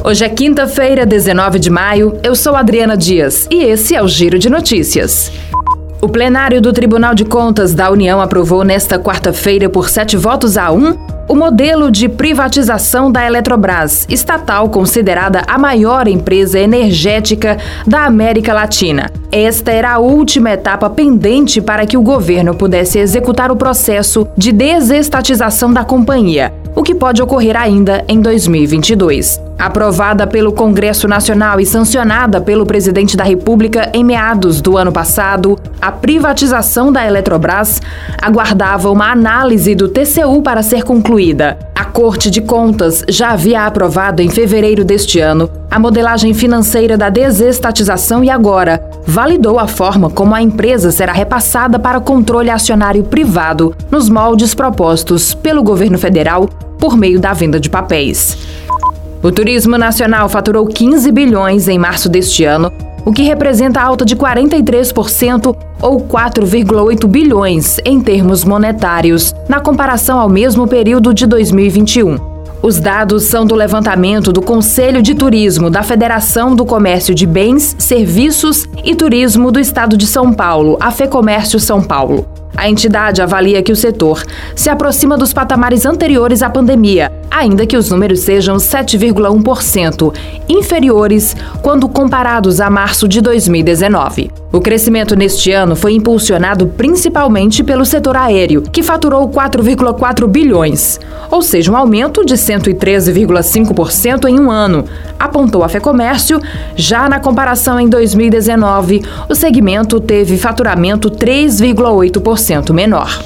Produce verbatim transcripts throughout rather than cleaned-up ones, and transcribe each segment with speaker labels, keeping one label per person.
Speaker 1: Hoje é quinta-feira, dezenove de maio. Eu sou Adriana Dias e esse é o Giro de Notícias. O plenário do Tribunal de Contas da União aprovou nesta quarta-feira, por sete votos a um, o modelo de privatização da Eletrobras, estatal considerada a maior empresa energética da América Latina. Esta era a última etapa pendente para que o governo pudesse executar o processo de desestatização da companhia, o que pode ocorrer ainda em dois mil e vinte e dois. Aprovada pelo Congresso Nacional e sancionada pelo presidente da República em meados do ano passado, a privatização da Eletrobras aguardava uma análise do T C U para ser concluída. A Corte de Contas já havia aprovado em fevereiro deste ano a modelagem financeira da desestatização e agora validou a forma como a empresa será repassada para controle acionário privado nos moldes propostos pelo governo federal por meio da venda de papéis. O turismo nacional faturou quinze bilhões em março deste ano, o que representa alta de quarenta e três por cento ou quatro vírgula oito bilhões em termos monetários, na comparação ao mesmo período de dois mil e vinte e um. Os dados são do levantamento do Conselho de Turismo da Federação do Comércio de Bens, Serviços e Turismo do Estado de São Paulo, a FEComércio São Paulo. A entidade avalia que o setor se aproxima dos patamares anteriores à pandemia, ainda que os números sejam sete vírgula um por cento inferiores quando comparados a março de dois mil e dezenove. O crescimento neste ano foi impulsionado principalmente pelo setor aéreo, que faturou quatro vírgula quatro bilhões, ou seja, um aumento de cento e treze vírgula cinco por cento em um ano, apontou a FEComércio. Já na comparação em dois mil e dezenove, o segmento teve faturamento três vírgula oito por cento menor.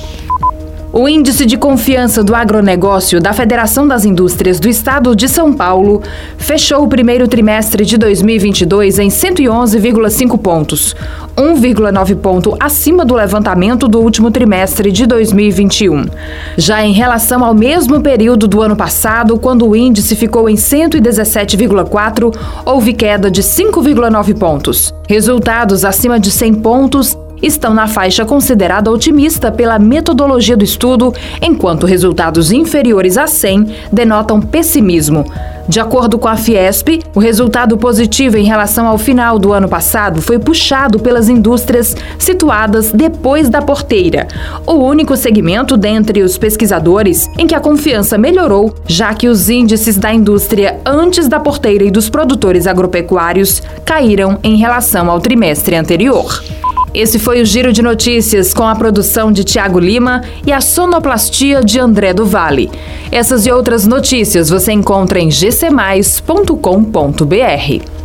Speaker 1: O Índice de Confiança do Agronegócio da Federação das Indústrias do Estado de São Paulo fechou o primeiro trimestre de dois mil e vinte e dois em cento e onze vírgula cinco pontos, um vírgula nove ponto acima do levantamento do último trimestre de dois mil e vinte e um. Já em relação ao mesmo período do ano passado, quando o índice ficou em cento e dezessete vírgula quatro, houve queda de cinco vírgula nove pontos. Resultados acima de cem pontos estão na faixa considerada otimista pela metodologia do estudo, enquanto resultados inferiores a cem denotam pessimismo. De acordo com a Fiesp, o resultado positivo em relação ao final do ano passado foi puxado pelas indústrias situadas depois da porteira, o único segmento dentre os pesquisadores em que a confiança melhorou, já que os índices da indústria antes da porteira e dos produtores agropecuários caíram em relação ao trimestre anterior. Esse foi o Giro de Notícias, com a produção de Tiago Lima e a sonoplastia de André do Vale. Essas e outras notícias você encontra em g c mais ponto com ponto b r.